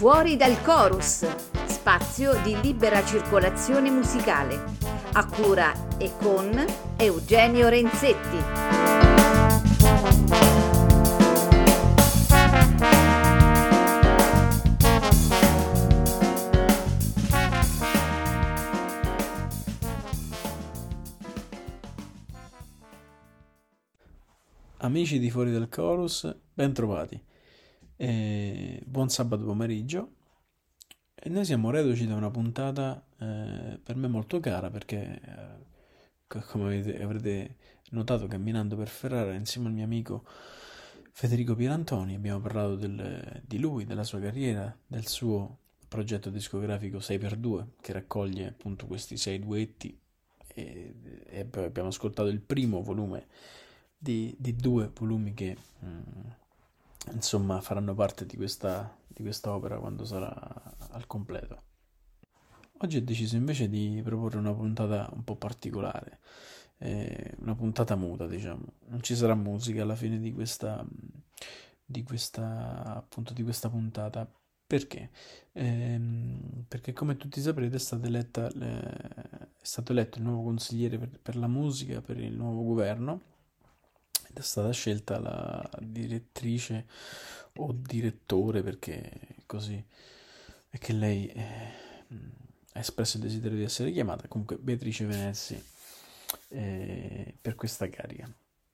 Fuori dal Chorus, spazio di libera circolazione musicale, a cura e con Eugenio Renzetti. Amici di Fuori dal Chorus, ben trovati. Buon sabato pomeriggio. E noi siamo reduci da una puntata per me molto cara perché, come avrete notato camminando per Ferrara insieme al mio amico Federico Pierantoni, abbiamo parlato di lui, della sua carriera, del suo progetto discografico 6x2 che raccoglie appunto questi 6 duetti e poi abbiamo ascoltato il primo volume di 2 volumi che insomma faranno parte di questa opera quando sarà al completo. Oggi ho deciso invece di proporre una puntata un po' particolare, una puntata muta, diciamo. Non ci sarà musica alla fine di questa puntata. Perché? Perché come tutti saprete è stato eletto il nuovo consigliere per la musica per il nuovo governo ed è stata scelta la direttrice o direttore, perché così è che lei ha espresso il desiderio di essere chiamata, comunque Beatrice Venezzi, per questa carica.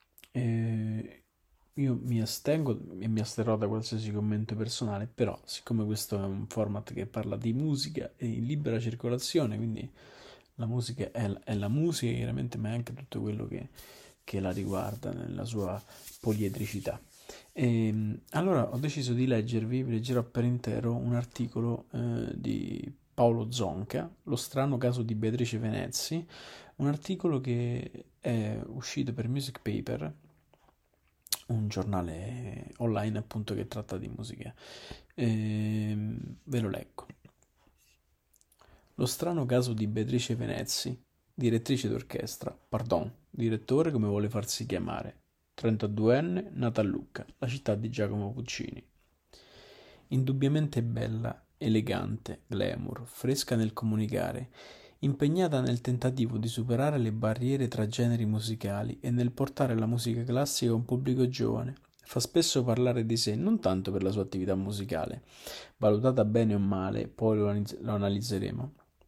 Io mi astengo e mi asterrò da qualsiasi commento personale, però siccome questo è un format che parla di musica e in libera circolazione, quindi la musica è la musica chiaramente, ma è anche tutto quello che la riguarda nella sua poliedricità. Allora ho deciso di vi leggerò per intero un articolo di Paolo Zonca, Lo strano caso di Beatrice Venezzi, un articolo che è uscito per Music Paper, un giornale online appunto che tratta di musica. Ve lo leggo. Lo strano caso di Beatrice Venezzi, direttrice d'orchestra, direttore come vuole farsi chiamare, 32enne, nata a Lucca, la città di Giacomo Puccini. Indubbiamente bella, elegante, glamour, fresca nel comunicare, impegnata nel tentativo di superare le barriere tra generi musicali e nel portare la musica classica a un pubblico giovane. Fa spesso parlare di sé non tanto per la sua attività musicale, valutata bene o male, poi lo analizzeremo,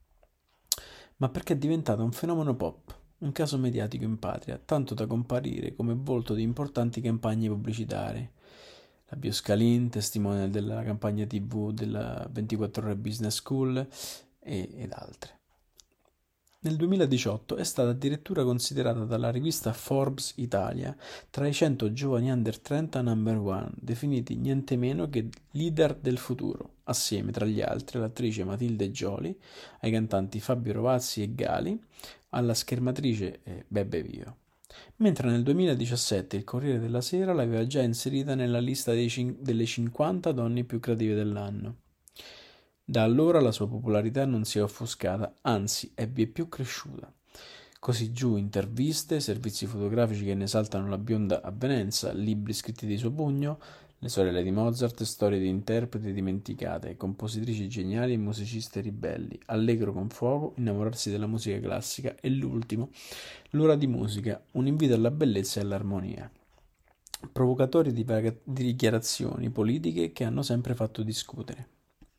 ma perché è diventata un fenomeno pop, un caso mediatico in patria, tanto da comparire come volto di importanti campagne pubblicitarie. La Bioscalin, testimone della campagna TV della 24 Ore Business School ed altre. Nel 2018 è stata addirittura considerata dalla rivista Forbes Italia tra i 100 giovani under 30 number one, definiti niente meno che leader del futuro, assieme tra gli altri all'attrice Matilde Gioli, ai cantanti Fabio Rovazzi e Gali, alla schermatrice Bebe Vio. Mentre nel 2017 il Corriere della Sera l'aveva già inserita nella lista delle 50 donne più creative dell'anno. Da allora la sua popolarità non si è offuscata, anzi è vieppiù cresciuta. Così giù interviste, servizi fotografici che ne esaltano la bionda avvenenza, libri scritti di suo pugno, le sorelle di Mozart, storie di interpreti dimenticate, compositrici geniali e musiciste ribelli, Allegro con fuoco, innamorarsi della musica classica e l'ultimo, L'ora di musica, un invito alla bellezza e all'armonia. Provocatori di dichiarazioni politiche che hanno sempre fatto discutere.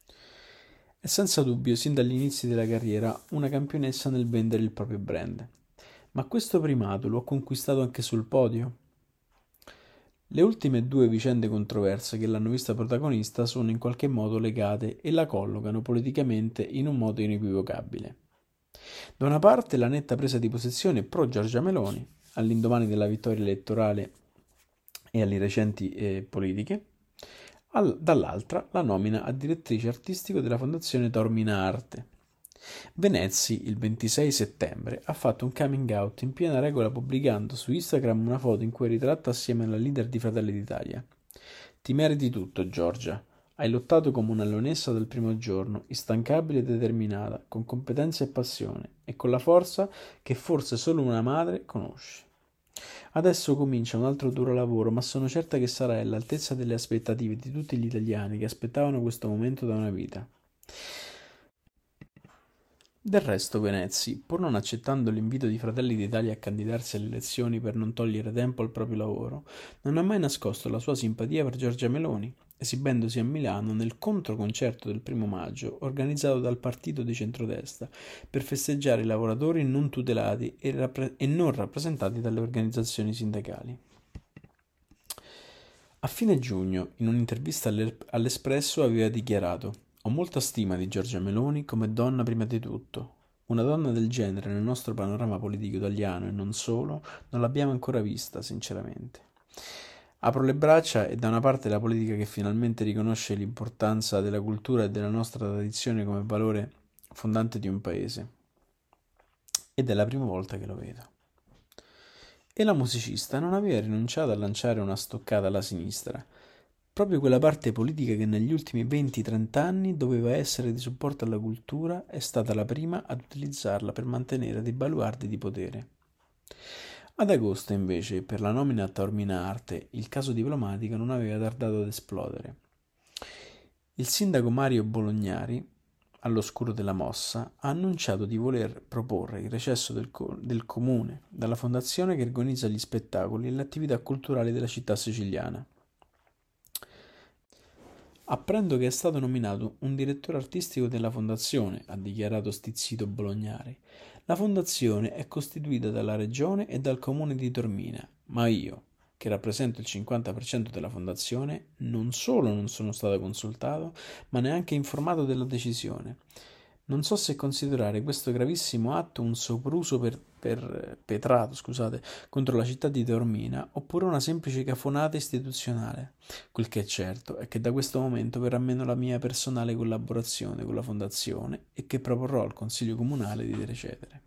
È senza dubbio, sin dagli inizi della carriera, una campionessa nel vendere il proprio brand. Ma questo primato lo ha conquistato anche sul podio? Le ultime 2 vicende controverse che l'hanno vista protagonista sono in qualche modo legate e la collocano politicamente in un modo inequivocabile. Da una parte la netta presa di posizione pro Giorgia Meloni, all'indomani della vittoria elettorale e alle recenti politiche, dall'altra la nomina a direttrice artistica della Fondazione Taormina Arte. Venezzi, il 26 settembre, ha fatto un coming out in piena regola pubblicando su Instagram una foto in cui è ritratta assieme alla leader di Fratelli d'Italia. Ti meriti tutto, Giorgia. Hai lottato come una leonessa dal primo giorno, instancabile e determinata, con competenza e passione, e con la forza che forse solo una madre conosce. Adesso comincia un altro duro lavoro, ma sono certa che sarà all'altezza delle aspettative di tutti gli italiani che aspettavano questo momento da una vita. Del resto Venezzi, pur non accettando l'invito di Fratelli d'Italia a candidarsi alle elezioni per non togliere tempo al proprio lavoro, non ha mai nascosto la sua simpatia per Giorgia Meloni, esibendosi a Milano nel controconcerto del 1° maggio organizzato dal partito di centrodestra per festeggiare i lavoratori non tutelati e non rappresentati dalle organizzazioni sindacali. A fine giugno, in un'intervista all'Espresso, aveva dichiarato: «Ho molta stima di Giorgia Meloni come donna prima di tutto. Una donna del genere nel nostro panorama politico italiano e non solo non l'abbiamo ancora vista, sinceramente. Apro le braccia e da una parte la politica che finalmente riconosce l'importanza della cultura e della nostra tradizione come valore fondante di un paese. Ed è la prima volta che lo vedo». E la musicista non aveva rinunciato a lanciare una stoccata alla sinistra, proprio quella parte politica che negli ultimi 20-30 anni doveva essere di supporto alla cultura è stata la prima ad utilizzarla per mantenere dei baluardi di potere. Ad agosto, invece, per la nomina a Taormina Arte, il caso diplomatico non aveva tardato ad esplodere. Il sindaco Mario Bolognari, all'oscuro della mossa, ha annunciato di voler proporre il recesso del comune dalla fondazione che organizza gli spettacoli e le attività culturali della città siciliana. Apprendo che è stato nominato un direttore artistico della fondazione, ha dichiarato stizzito Bolognari. La fondazione è costituita dalla regione e dal comune di Taormina, ma io, che rappresento il 50% della fondazione, non solo non sono stato consultato, ma neanche informato della decisione. Non so se considerare questo gravissimo atto un sopruso perpetrato contro la città di Taormina oppure una semplice cafonata istituzionale. Quel che è certo è che da questo momento verrà meno la mia personale collaborazione con la fondazione e che proporrò al Consiglio Comunale di recedere.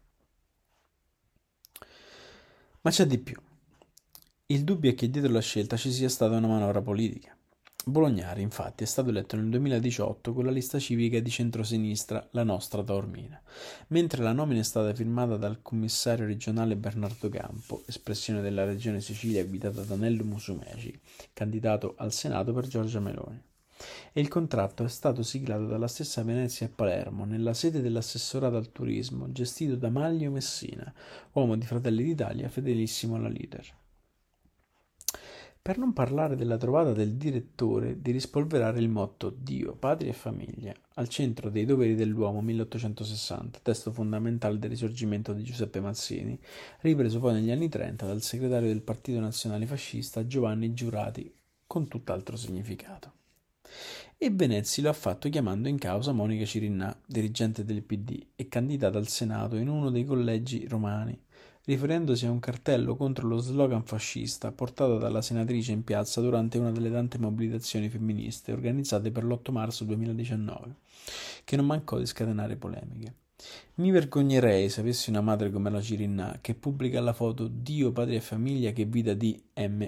Ma c'è di più. Il dubbio è che dietro la scelta ci sia stata una manovra politica. Bolognari, infatti, è stato eletto nel 2018 con la lista civica di centrosinistra La Nostra Taormina, mentre la nomina è stata firmata dal commissario regionale Bernardo Campo, espressione della regione Sicilia guidata da Nello Musumeci, candidato al Senato per Giorgia Meloni. E il contratto è stato siglato dalla stessa Venezia a Palermo, nella sede dell'assessorato al turismo, gestito da Maglio Messina, uomo di Fratelli d'Italia fedelissimo alla leader. Per non parlare della trovata del direttore di rispolverare il motto Dio, Patria e Famiglia al centro dei doveri dell'uomo 1860, testo fondamentale del risorgimento di Giuseppe Mazzini, ripreso poi negli anni 30 dal segretario del Partito Nazionale Fascista Giovanni Giurati, con tutt'altro significato. E Venezzi lo ha fatto chiamando in causa Monica Cirinnà, dirigente del PD e candidata al Senato in uno dei collegi romani, riferendosi a un cartello contro lo slogan fascista portato dalla senatrice in piazza durante una delle tante mobilitazioni femministe organizzate per l'8 marzo 2019, che non mancò di scatenare polemiche. Mi vergognerei se avessi una madre come la Cirinnà che pubblica la foto Dio, Patria e Famiglia che vita di M.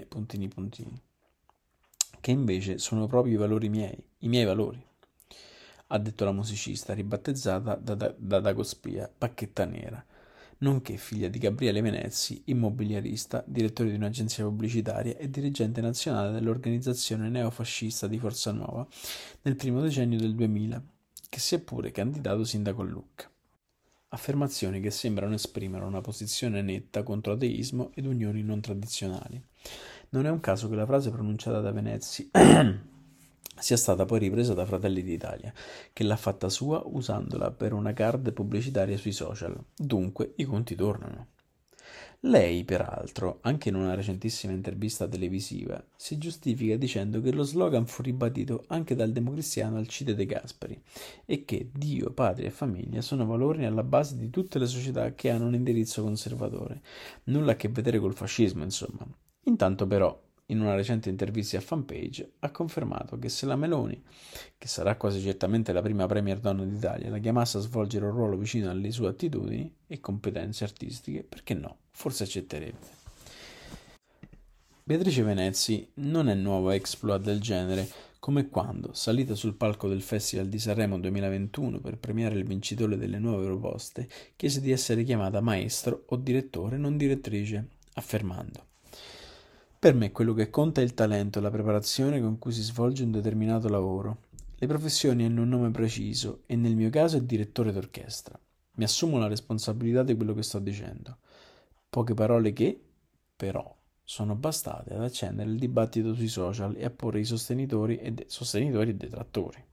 che invece sono proprio i miei valori, ha detto la musicista ribattezzata da Dagospia, Pacchetta Nera, nonché figlia di Gabriele Venezzi, immobiliarista, direttore di un'agenzia pubblicitaria e dirigente nazionale dell'organizzazione neofascista di Forza Nuova nel primo decennio del 2000, che si è pure candidato sindaco a Lucca. Affermazioni che sembrano esprimere una posizione netta contro ateismo ed unioni non tradizionali. Non è un caso che la frase pronunciata da Venezzi sia stata poi ripresa da Fratelli d'Italia, che l'ha fatta sua usandola per una card pubblicitaria sui social. Dunque, i conti tornano. Lei, peraltro, anche in una recentissima intervista televisiva, si giustifica dicendo che lo slogan fu ribadito anche dal democristiano Alcide De Gasperi e che Dio, Patria e Famiglia sono valori alla base di tutte le società che hanno un indirizzo conservatore. Nulla a che vedere col fascismo, insomma. Intanto, però, in una recente intervista a Fanpage, ha confermato che se la Meloni, che sarà quasi certamente la prima premier donna d'Italia, la chiamasse a svolgere un ruolo vicino alle sue attitudini e competenze artistiche, perché no? Forse accetterebbe. Beatrice Venezzi non è nuova exploit del genere, come quando, salita sul palco del Festival di Sanremo 2021 per premiare il vincitore delle nuove proposte, chiese di essere chiamata maestro o direttore, non direttrice, affermando: per me quello che conta è il talento e la preparazione con cui si svolge un determinato lavoro. Le professioni hanno un nome preciso e nel mio caso è direttore d'orchestra. Mi assumo la responsabilità di quello che sto dicendo. Poche parole che, però, sono bastate ad accendere il dibattito sui social e a porre i sostenitori e detrattori.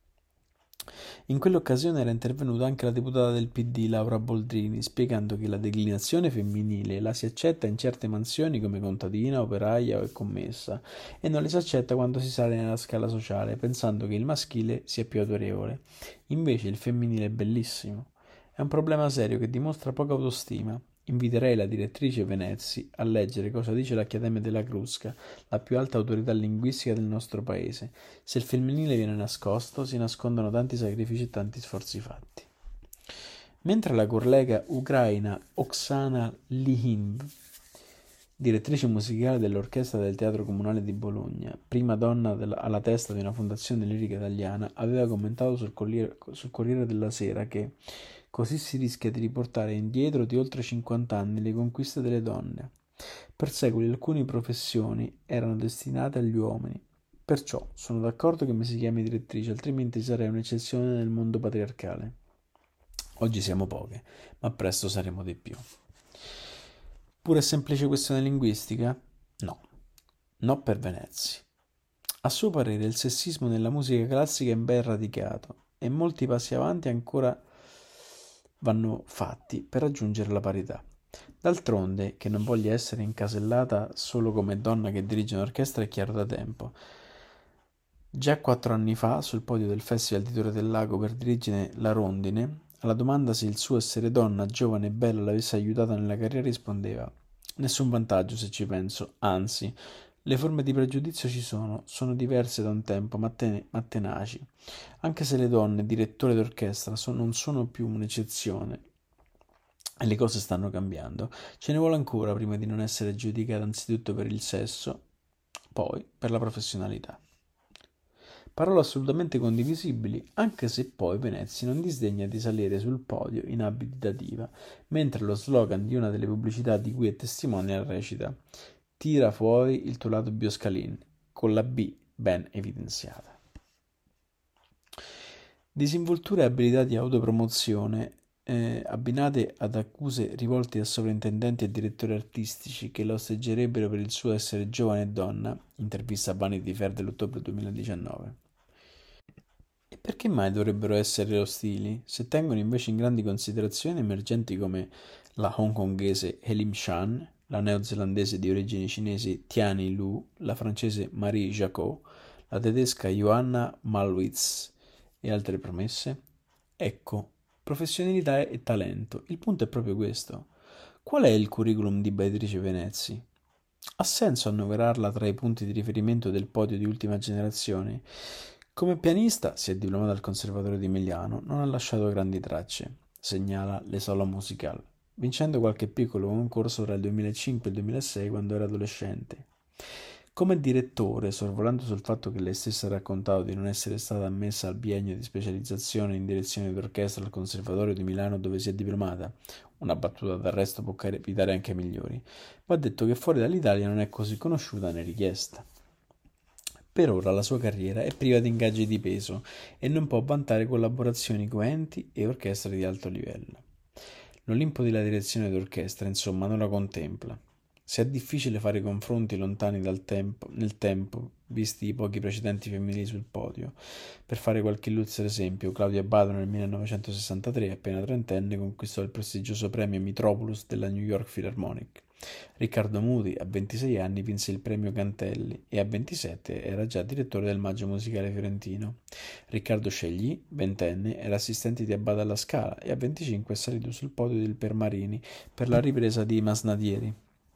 In quell'occasione era intervenuta anche la deputata del PD Laura Boldrini, spiegando che la declinazione femminile la si accetta in certe mansioni come contadina, operaia o commessa e non le si accetta quando si sale nella scala sociale, pensando che il maschile sia più autorevole. Invece il femminile è bellissimo. È un problema serio che dimostra poca autostima. Inviterei la direttrice Venezzi a leggere cosa dice l'Accademia della Crusca, la più alta autorità linguistica del nostro paese. Se il femminile viene nascosto, si nascondono tanti sacrifici e tanti sforzi fatti. Mentre la collega ucraina Oksana Lihiv, direttrice musicale dell'orchestra del Teatro Comunale di Bologna, prima donna alla testa di una fondazione lirica italiana, aveva commentato sul Corriere della Sera che così si rischia di riportare indietro di oltre 50 anni le conquiste delle donne. Per secoli alcune professioni erano destinate agli uomini. Perciò sono d'accordo che mi si chiami direttrice, altrimenti sarei un'eccezione nel mondo patriarcale. Oggi siamo poche, ma presto saremo di più. Pure semplice questione linguistica? No. No per Venezzi. A suo parere il sessismo nella musica classica è ben radicato e molti passi avanti ancora vanno fatti per raggiungere la parità. D'altronde, che non voglia essere incasellata solo come donna che dirige un'orchestra è chiaro da tempo. Già 4 anni fa, sul podio del Festival di Torre del Lago per dirigere la Rondine, alla domanda se il suo essere donna, giovane e bella, l'avesse aiutata nella carriera rispondeva: nessun vantaggio se ci penso, anzi, le forme di pregiudizio ci sono diverse da un tempo, ma tenaci. Anche se le donne, direttori d'orchestra, non sono più un'eccezione e le cose stanno cambiando, ce ne vuole ancora prima di non essere giudicata anzitutto per il sesso, poi per la professionalità. Parole assolutamente condivisibili, anche se poi Venezzi non disdegna di salire sul podio in abiti da diva, mentre lo slogan di una delle pubblicità di cui è testimonial recita: tira fuori il tuo lato bioscalin, con la B ben evidenziata. Disinvoltura e abilità di autopromozione abbinate ad accuse rivolte a sovrintendenti e direttori artistici che lo osteggerebbero per il suo essere giovane e donna, intervista a Vanity Fair dell'ottobre 2019. E perché mai dovrebbero essere ostili, se tengono invece in grandi considerazioni emergenti come la hongkongese Helim Shan, la neozelandese di origini cinesi Tianyi Lu, la francese Marie Jacot, la tedesca Johanna Malwitz e altre promesse? Ecco, professionalità e talento. Il punto è proprio questo. Qual è il curriculum di Beatrice Venezzi? Ha senso annoverarla tra i punti di riferimento del podio di ultima generazione? Come pianista si è diplomata al Conservatorio di Milano, non ha lasciato grandi tracce, segnala l'Esola Musical, vincendo qualche piccolo concorso tra il 2005 e il 2006 quando era adolescente. Come direttore, sorvolando sul fatto che lei stessa ha raccontato di non essere stata ammessa al biennio di specializzazione in direzione d'orchestra al Conservatorio di Milano dove si è diplomata, una battuta d'arresto può capitare anche ai migliori, va detto che fuori dall'Italia non è così conosciuta né richiesta. Per ora la sua carriera è priva di ingaggi di peso e non può vantare collaborazioni con enti e orchestre di alto livello. L'Olimpo della direzione d'orchestra, insomma, non la contempla. Se è difficile fare confronti lontani nel tempo, visti i pochi precedenti femminili sul podio, per fare qualche illustre esempio, Claudia Bado nel 1963, appena trentenne, conquistò il prestigioso premio Mitropoulos della New York Philharmonic. Riccardo Muti, a 26 anni, vinse il premio Cantelli e a 27 era già direttore del Maggio Musicale Fiorentino. Riccardo Scegli, ventenne, era assistente di Abbado alla Scala e a 25 è salito sul podio del Permarini per la ripresa di Masnadieri.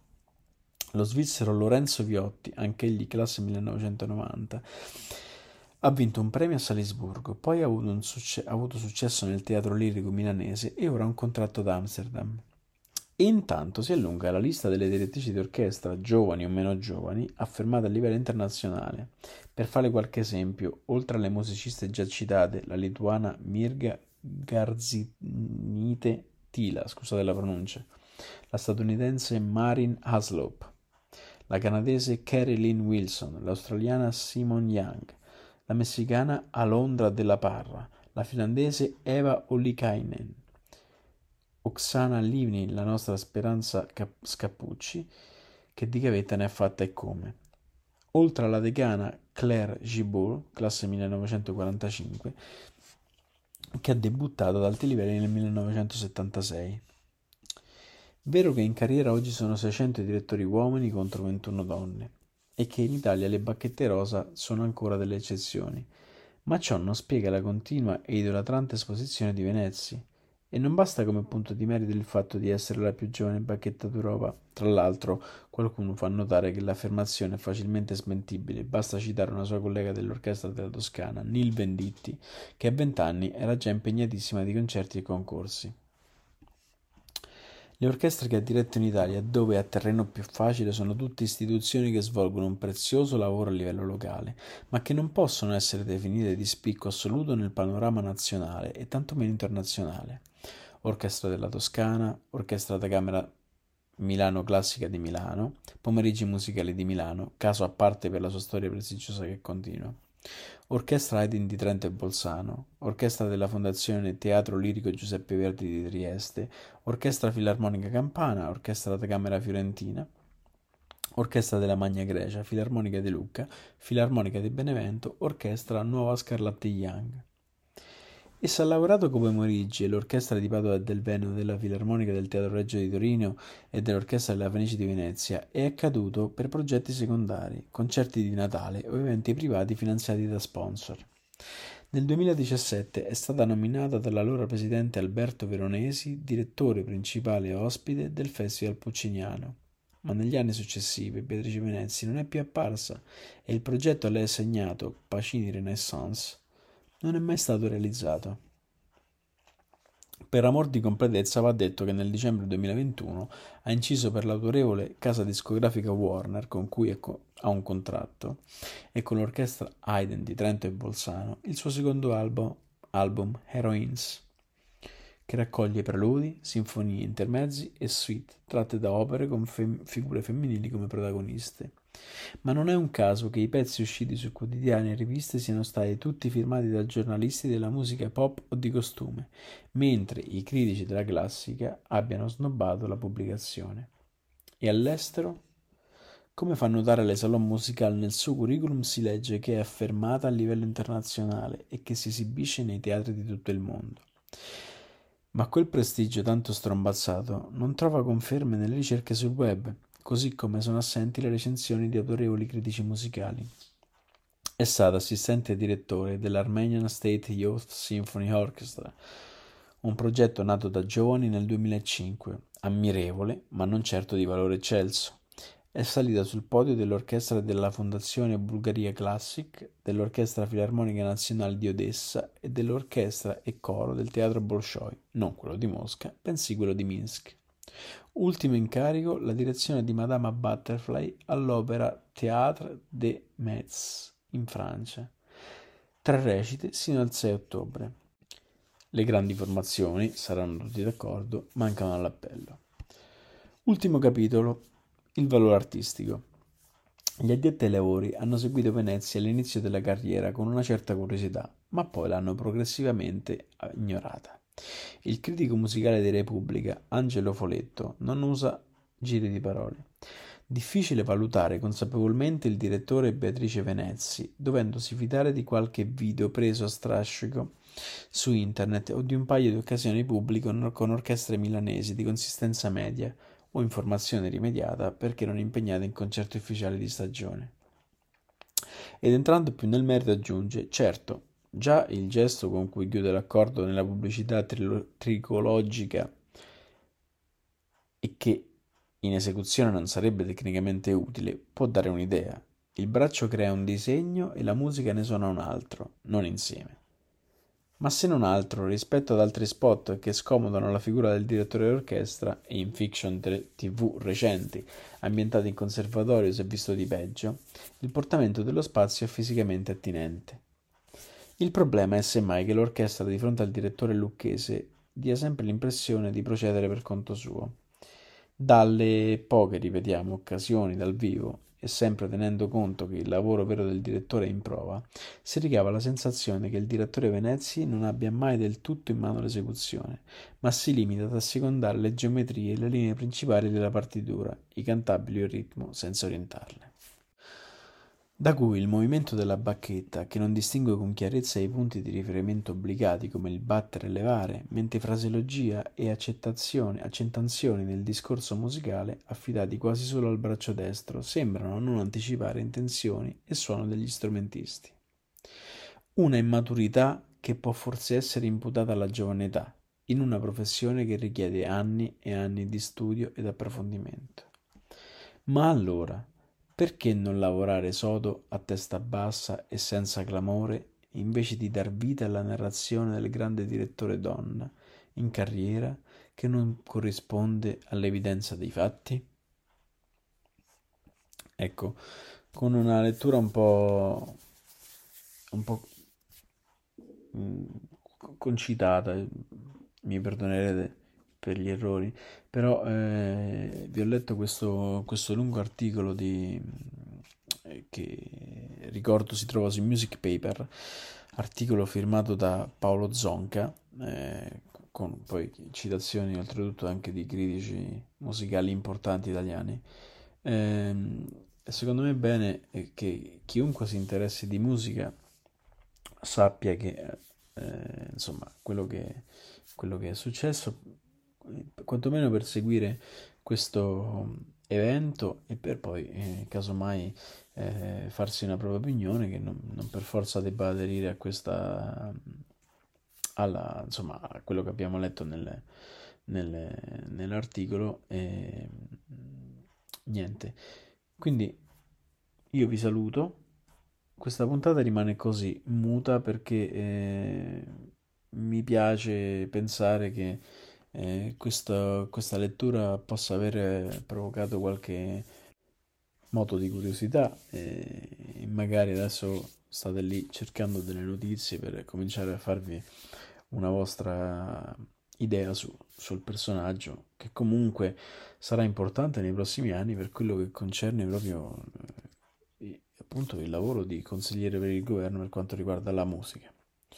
Lo svizzero Lorenzo Viotti, anch'egli classe 1990, ha vinto un premio a Salisburgo, poi ha avuto successo nel teatro lirico milanese e ora ha un contratto ad Amsterdam. E intanto si allunga la lista delle direttrici di orchestra, giovani o meno giovani, affermate a livello internazionale. Per fare qualche esempio, oltre alle musiciste già citate, la lituana Mirga Garzinite Tila, scusate la pronuncia, la statunitense Marin Haslop, la canadese Carrie Lynn Wilson, l'australiana Simone Young, la messicana Alondra De La Parra, la finlandese Eva Ollikainen, Oksana Livni, la nostra Speranza Scappucci, che di gavetta ne ha fatta e come. Oltre alla decana Claire Gibault, classe 1945, che ha debuttato ad alti livelli nel 1976. Vero che in carriera oggi sono 600 direttori uomini contro 21 donne e che in Italia le bacchette rosa sono ancora delle eccezioni, ma ciò non spiega la continua e idolatrante esposizione di Venezia. E non basta come punto di merito il fatto di essere la più giovane bacchetta d'Europa. Tra l'altro, qualcuno fa notare che l'affermazione è facilmente smentibile. Basta citare una sua collega dell'Orchestra della Toscana, Nil Venditti, che a 20 anni era già impegnatissima di concerti e concorsi. Le orchestre che ha diretto in Italia, dove a terreno più facile, sono tutte istituzioni che svolgono un prezioso lavoro a livello locale, ma che non possono essere definite di spicco assoluto nel panorama nazionale e tantomeno internazionale. Orchestra della Toscana, Orchestra da Camera Milano Classica di Milano, Pomeriggi Musicali di Milano, caso a parte per la sua storia prestigiosa che continua. Orchestra Haydn di Trento e Bolzano, Orchestra della Fondazione Teatro Lirico Giuseppe Verdi di Trieste, Orchestra Filarmonica Campana, Orchestra da Camera Fiorentina, Orchestra della Magna Grecia, Filarmonica di Lucca, Filarmonica di Benevento, Orchestra Nuova Scarlatti Young. Essa ha lavorato come Pomeriggi e l'Orchestra di Padova e del Veneto della Filarmonica del Teatro Regio di Torino e dell'Orchestra della Fenice di Venezia e è caduto per progetti secondari, concerti di Natale o eventi privati finanziati da sponsor. Nel 2017 è stata nominata dall'allora presidente Alberto Veronesi direttore principale e ospite del Festival Pucciniano, ma negli anni successivi Beatrice Venezia non è più apparsa e il progetto a lei assegnato, Pacini Renaissance, non è mai stato realizzato. Per amor di completezza va detto che nel dicembre 2021 ha inciso per l'autorevole casa discografica Warner, con cui ha un contratto, e con l'orchestra Haydn di Trento e Bolzano, il suo secondo album Heroines, che raccoglie preludi, sinfonie, intermezzi e suite tratte da opere con figure femminili come protagoniste. Ma non è un caso che i pezzi usciti su quotidiani e riviste siano stati tutti firmati da giornalisti della musica pop o di costume, mentre i critici della classica abbiano snobbato la pubblicazione. E all'estero? Come fa notare le Salon Musical, nel suo curriculum si legge che è affermata a livello internazionale e che si esibisce nei teatri di tutto il mondo. Ma quel prestigio tanto strombazzato non trova conferme nelle ricerche sul web, così come sono assenti le recensioni di autorevoli critici musicali. È stato assistente direttore dell'Armenian State Youth Symphony Orchestra, un progetto nato da giovani nel 2005, ammirevole ma non certo di valore eccelso. È salita sul podio dell'orchestra della Fondazione Bulgaria Classic, dell'Orchestra Filarmonica Nazionale di Odessa e dell'orchestra e coro del Teatro Bolshoi, non quello di Mosca, bensì quello di Minsk. Ultimo incarico, la direzione di Madama Butterfly all'Opera Théâtre de Metz, in Francia. 3 recite sino al 6 ottobre. Le grandi formazioni, saranno tutti d'accordo, mancano all'appello. Ultimo capitolo, il valore artistico. Gli addetti ai lavori hanno seguito Venezia all'inizio della carriera con una certa curiosità, ma poi l'hanno progressivamente ignorata. Il critico musicale di Repubblica, Angelo Foletto, non usa giri di parole. Difficile valutare consapevolmente il direttore Beatrice Venezzi, dovendosi fidare di qualche video preso a strascico su internet o di un paio di occasioni pubbliche con orchestre milanesi di consistenza media o informazione rimediata perché non impegnate in concerti ufficiali di stagione. Ed entrando più nel merito aggiunge, certo, già il gesto con cui chiude l'accordo nella pubblicità tricologica e che in esecuzione non sarebbe tecnicamente utile, può dare un'idea. Il braccio crea un disegno e la musica ne suona un altro, non insieme. Ma se non altro, rispetto ad altri spot che scomodano la figura del direttore d'orchestra e in fiction TV recenti ambientati in conservatorio si è visto di peggio, il portamento dello spazio è fisicamente attinente. Il problema è semmai che l'orchestra di fronte al direttore lucchese dia sempre l'impressione di procedere per conto suo. Dalle poche, ripetiamo, occasioni dal vivo, e sempre tenendo conto che il lavoro vero del direttore è in prova, si ricava la sensazione che il direttore Venezzi non abbia mai del tutto in mano l'esecuzione, ma si limita ad assecondare le geometrie e le linee principali della partitura, i cantabili o il ritmo, senza orientarle. Da cui il movimento della bacchetta, che non distingue con chiarezza i punti di riferimento obbligati come il battere e levare, mentre fraseologia e accentuazioni nel discorso musicale, affidati quasi solo al braccio destro, sembrano non anticipare intenzioni e suono degli strumentisti. Una immaturità che può forse essere imputata alla giovane età, in una professione che richiede anni e anni di studio ed approfondimento. Ma allora, perché non lavorare sodo a testa bassa e senza clamore, invece di dar vita alla narrazione del grande direttore donna, in carriera, che non corrisponde all'evidenza dei fatti? Ecco, con una lettura un po' concitata, mi perdonerete per gli errori, però vi ho letto questo lungo articolo che ricordo si trova su Music Paper, articolo firmato da Paolo Zonca, con poi citazioni oltretutto anche di critici musicali importanti italiani. Secondo me è bene che chiunque si interessi di musica sappia che insomma quello che è successo, quantomeno per seguire questo evento e per poi casomai farsi una propria opinione che non per forza debba aderire a questa insomma a quello che abbiamo letto nell'articolo e niente. Quindi io vi saluto. Questa puntata rimane così, muta, perché mi piace pensare che questa lettura possa aver provocato qualche moto di curiosità e magari adesso state lì cercando delle notizie per cominciare a farvi una vostra idea sul personaggio, che comunque sarà importante nei prossimi anni per quello che concerne proprio appunto il lavoro di consigliere per il governo per quanto riguarda la musica.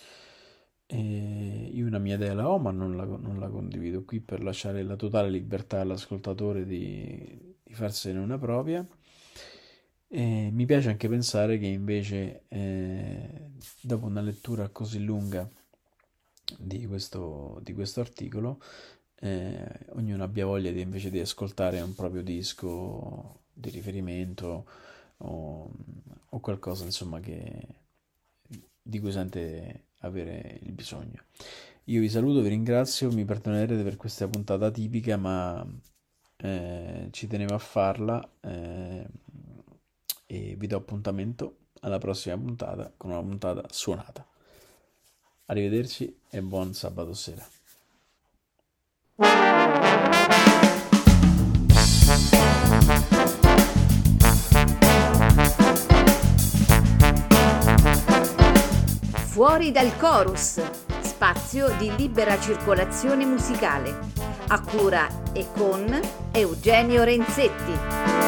E io una mia idea la ho, ma non la condivido qui per lasciare la totale libertà all'ascoltatore di farsene una propria. E mi piace anche pensare che invece dopo una lettura così lunga di questo articolo ognuno abbia voglia invece di ascoltare un proprio disco di riferimento o qualcosa insomma di cui sente avere il bisogno. Io vi saluto, vi ringrazio, mi perdonerete per questa puntata tipica, ma ci tenevo a farla e vi do appuntamento alla prossima puntata con una puntata suonata. Arrivederci e buon sabato sera. Fuori dal chorus, spazio di libera circolazione musicale, a cura e con Eugenio Renzetti.